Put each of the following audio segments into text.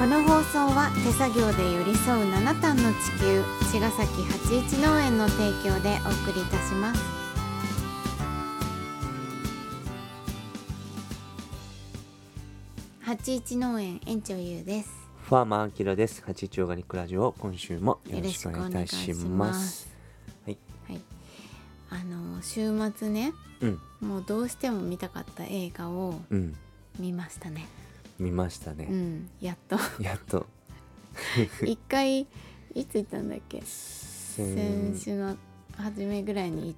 この放送は手作業で寄り添う七段の地球茅ヶ崎八一農園の提供でお送りいたします。八一農園園長ゆうです。 ファーマーアキラです。八一オーガニックラジオ、今週もよろしくお願いいたします。はい、 はい、週末ね、もうどうしても見たかった映画を見ましたね。 見ましたね、 やっとやっと一回いつ行ったんだっけ、先週の初めぐらいに行って、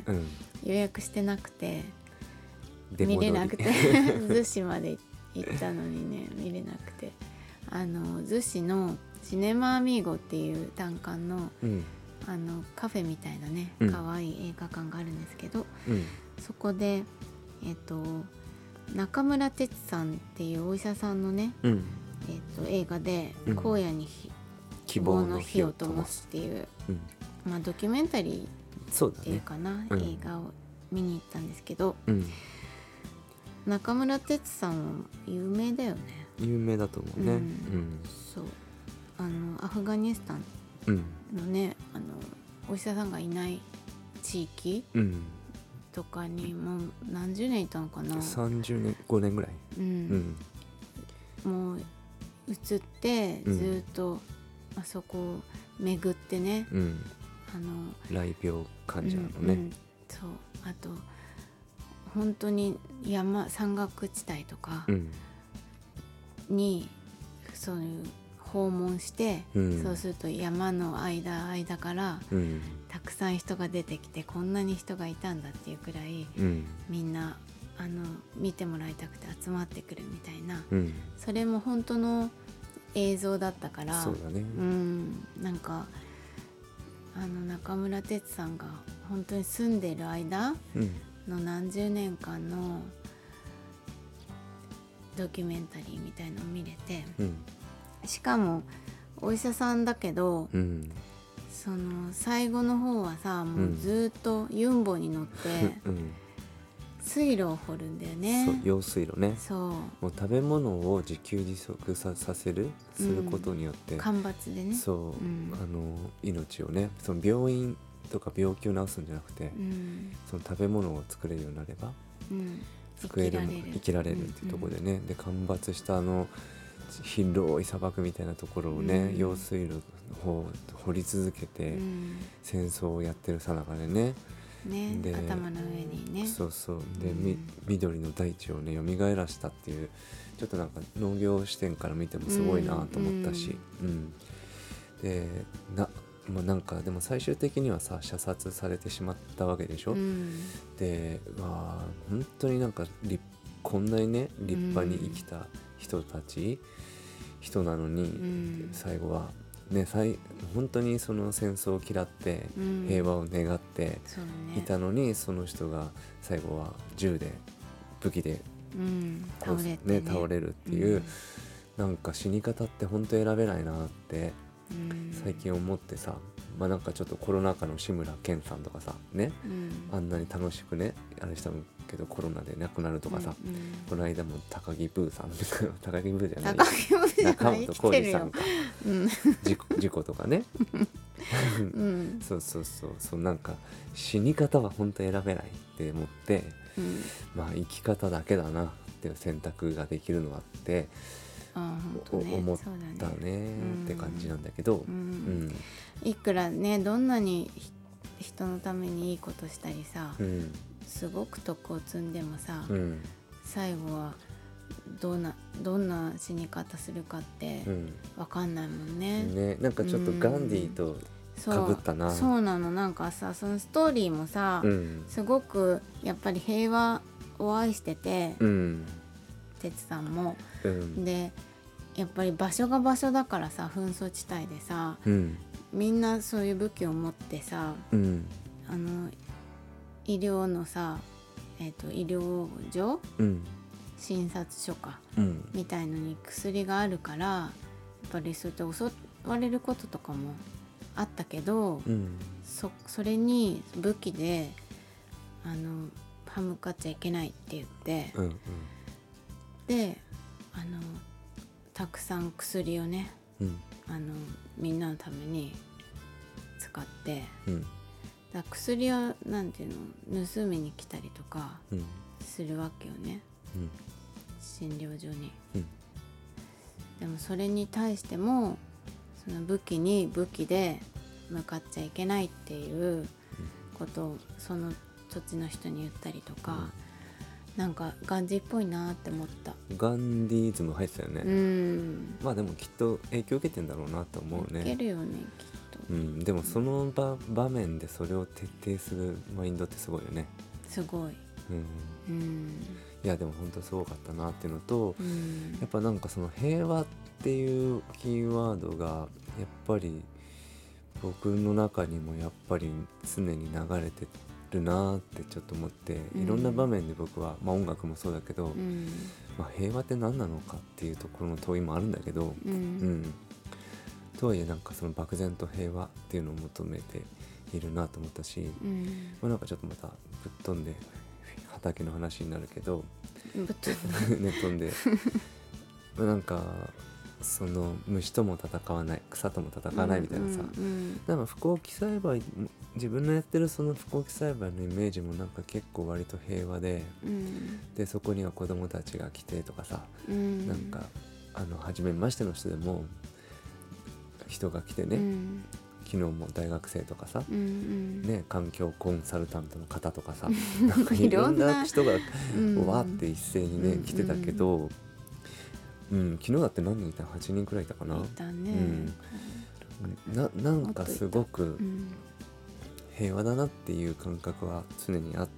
予約してなくて見れなくて逗子まで行ったのにね見れなくて、逗子のシネマアミーゴっていう単館の、カフェみたいなね可愛い映画館があるんですけど、そこで中村哲さんっていうお医者さんのね、映画で、荒野に希望の火を灯すっていう、ドキュメンタリーっていうかな、映画を見に行ったんですけど、中村哲さんは有名だよね。 有名だと思うね、 そうアフガニスタンのね、お医者さんがいない地域、とかにもう何十年いたのかな、 30年5年ぐらい、 もう移ってずっとあそこを巡ってね、 雷病患者のね、 そう、あと本当に山岳地帯とかに、そういう訪問して、そうすると山の間から、たくさん人が出てきて、こんなに人がいたんだっていうくらい、みんな見てもらいたくて集まってくるみたいな、それも本当の映像だったから、 そうだね、 なんか中村哲さんが本当に住んでる間の何十年間のドキュメンタリーみたいのを見れて、しかもお医者さんだけど、その最後の方はさ、もうずっとユンボに乗って水路を掘るんだよね。 そう、用水路ね。 そう、 もう食べ物を自給自足させるすることによって、 干ばつでね、 そう、命をね、その病院とか病気を治すんじゃなくて、その食べ物を作れるようになれば、生きられるっていうところでね、で干ばつした広い砂漠みたいなところをね、用水路を掘り続けて、戦争をやってるさなかでね、 で頭の上にね、 そうで、緑の大地をね蘇らしたっていう、ちょっとなんか農業視点から見てもすごいなと思ったし、でなんかでも最終的にはさ、射殺されてしまったわけでしょ、で本当になんかこんなにね立派に生きた人なのに、最後はね、本当にその戦争を嫌って平和を願っていたのに、その人が最後は武器で倒れるっていう、なんか死に方って本当選べないなって最近思ってさ、なんかちょっとコロナ禍の志村けんさんとかさね、あんなに楽しくねあれしたけどコロナで亡くなるとかさ、この間も高木ブーさん高木ブーじゃない中本浩二さんか、事故とかねそうなんか死に方は本当選べないって思って、生き方だけだなっていう選択ができるのはって思ったねって感じなんだけど、 いくらねどんなに人のためにいいことしたりさ、すごく徳を積んでもさ、最後はどんな死に方するかって分かんないもんね。 なんかちょっとガンディと被ったな。 そうなの。なんかさ、そのストーリーもさ、すごくやっぱり平和を愛してて、哲さんも、でやっぱり場所が場所だからさ、紛争地帯でさ、みんなそういう武器を持ってさ、医療のさ、医療所、診察所か、みたいのに薬があるから、やっぱりそうやって襲われることとかもあったけど、それに武器で歯向かっちゃいけないって言って、でたくさん薬をね、みんなのために使って、だ薬をなんていうの盗みに来たりとかするわけよね、診療所に、でもそれに対してもその武器で向かっちゃいけないっていうことをその土地の人に言ったりとか、なんかガンジーっぽいなって思った。 ガンディーズム入ってたよね、まあでもきっと影響受けてんだろうなと思うね。 受けるよねきっと、 でもその場面でそれを徹底するマインドってすごいよね。 すごい、 いやでも本当すごかったなっていうのと、やっぱなんかその平和っていうキーワードがやっぱり僕の中にもやっぱり常に流れてるなってちょっと思って、いろんな場面で僕は、音楽もそうだけど、平和って何なのかっていうところの問いもあるんだけど、とはいえなんかその漠然と平和っていうのを求めているなと思ったし、なんかちょっとまたぶっ飛んで畑の話になるけど飛んでなんかその虫とも戦わない草とも戦わないみたいなさ、なんか不幸期栽培、自分のやってるその不幸期栽培のイメージもなんか結構割と平和で、でそこには子供たちが来てとかさ、なんか初めましての人でも人が来てね、昨日も大学生とかさ、環境コンサルタントの方とかさなんかいろんな人がわーって一斉にね来てたけど、昨日だって何人いたの？8人くらいいたかな。 いたね、 なんかすごく平和だなっていう感覚は常にあって、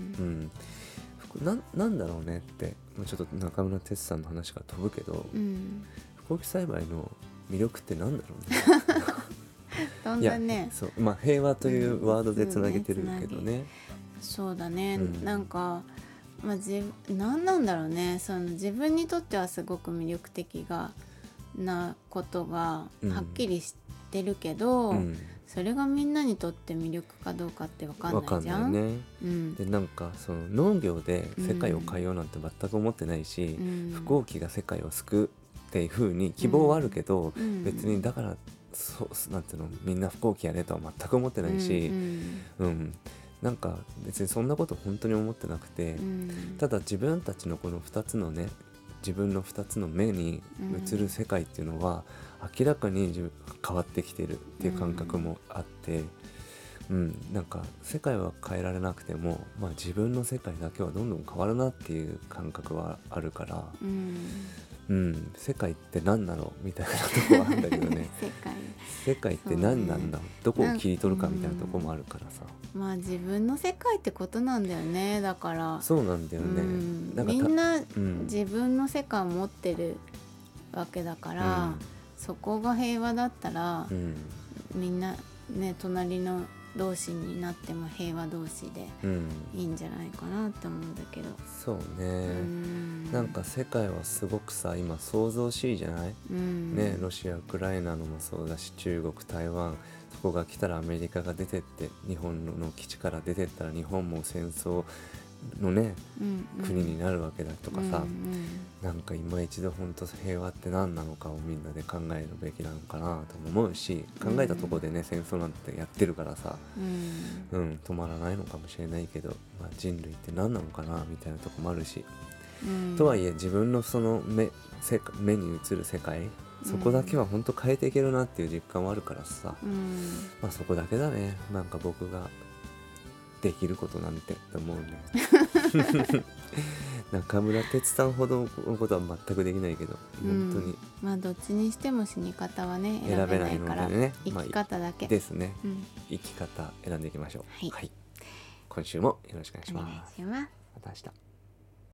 なんだろうねって、ちょっと中村哲さんの話が飛ぶけど、不幸期栽培の魅力ってなんだろうね飛んだね。 そう、平和というワードでつなげてるけどね、 そうだね、なんか何なんだろうね、その自分にとってはすごく魅力的なことがはっきりしてるけど、それがみんなにとって魅力かどうかって分かんないじゃん。 分かんないね、でなんかその農業で世界を変えようなんて全く思ってないし、不幸期が世界を救うっていう風に希望はあるけど、別にだからなんていうの、みんな不幸期やれとは全く思ってないし、なんか別にそんなこと本当に思ってなくて、ただ自分たちのこの2つのね、自分の2つの目に映る世界っていうのは明らかに変わってきてるっていう感覚もあって、なんか世界は変えられなくても、自分の世界だけはどんどん変わるなっていう感覚はあるから、世界って何なのみたいなとこはあるんだけどね世界って何なんだ、どこを切り取るかみたいなとこもあるからさ、 自分の世界ってことなんだよね。だからそうなんだよね、 みんな自分の世界を持ってるわけだから、そこが平和だったら、みんなね隣の同士になっても平和同士でいいんじゃないかなって思うんだけど、 そうね、なんか世界はすごくさ今騒々しいじゃない、ロシアウクライナのもそうだし、中国台湾、そこが来たらアメリカが出てって、日本の基地から出てったら日本も戦争のね、国になるわけだとかさ、なんか今一度本当平和って何なのかをみんなで考えるべきなのかなとも思うし、考えたところでね戦争なんてやってるからさ、止まらないのかもしれないけど、人類って何なのかなみたいなとこもあるし、とはいえ自分のその目に映る世界、そこだけは本当変えていけるなっていう実感はあるからさ、そこだけだね、なんか僕ができることなんてって思うね中村哲さんほどのことは全くできないけど、本当にどっちにしても死に方はね選べないから、ね、生き方だけ、 ですね、生き方選んでいきましょう。はい、今週もよろしくお願いします。 また明日。